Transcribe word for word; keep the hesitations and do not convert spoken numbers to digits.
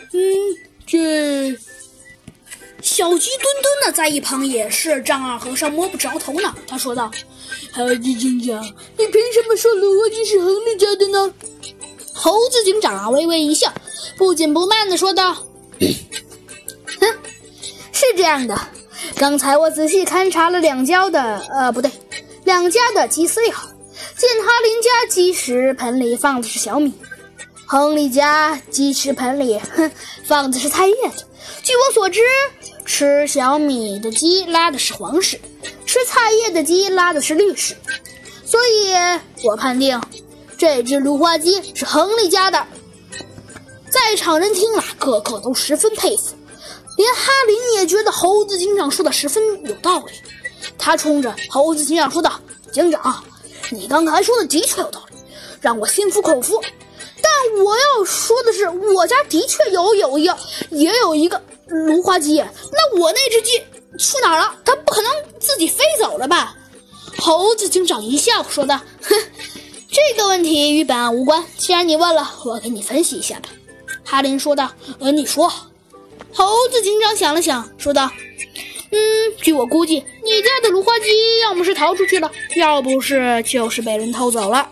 嗯，这小鸡墩墩呢，在一旁也是丈二和尚摸不着头脑。他说道：“猴子警长，你凭什么说芦花鸡是亨利家的呢？”猴子警长啊，微微一笑，不紧不慢地说道：“哼，是这样的，刚才我仔细勘察了两家的，呃，不对，两家的鸡饲料，见哈林家鸡食盆里放的是小米，亨利家鸡食盆里，哼，放的是菜叶子。据我所知，吃小米的鸡拉的是黄屎，吃菜叶的鸡拉的是绿屎，所以我判定这只芦花鸡是亨利家的。”在场人听了，个个都十分佩服，连哈林也觉得猴子警长说的十分有道理。他冲着猴子警长说道：“警长，你刚才说的的确有道理，让我心服口服。但我要说的是，我家的确有有一个也有一个芦花鸡，那我那只鸡去哪儿了？它不可能自己飞走了吧？”猴子警长一笑说道：“哼，这个问题与本案无关，既然你问了，我给你分析一下吧。”哈林说道：“呃，你说。”猴子警长想了想，说道：“嗯，据我估计，你家的芦花鸡要么是逃出去了，要不是就是被人偷走了。”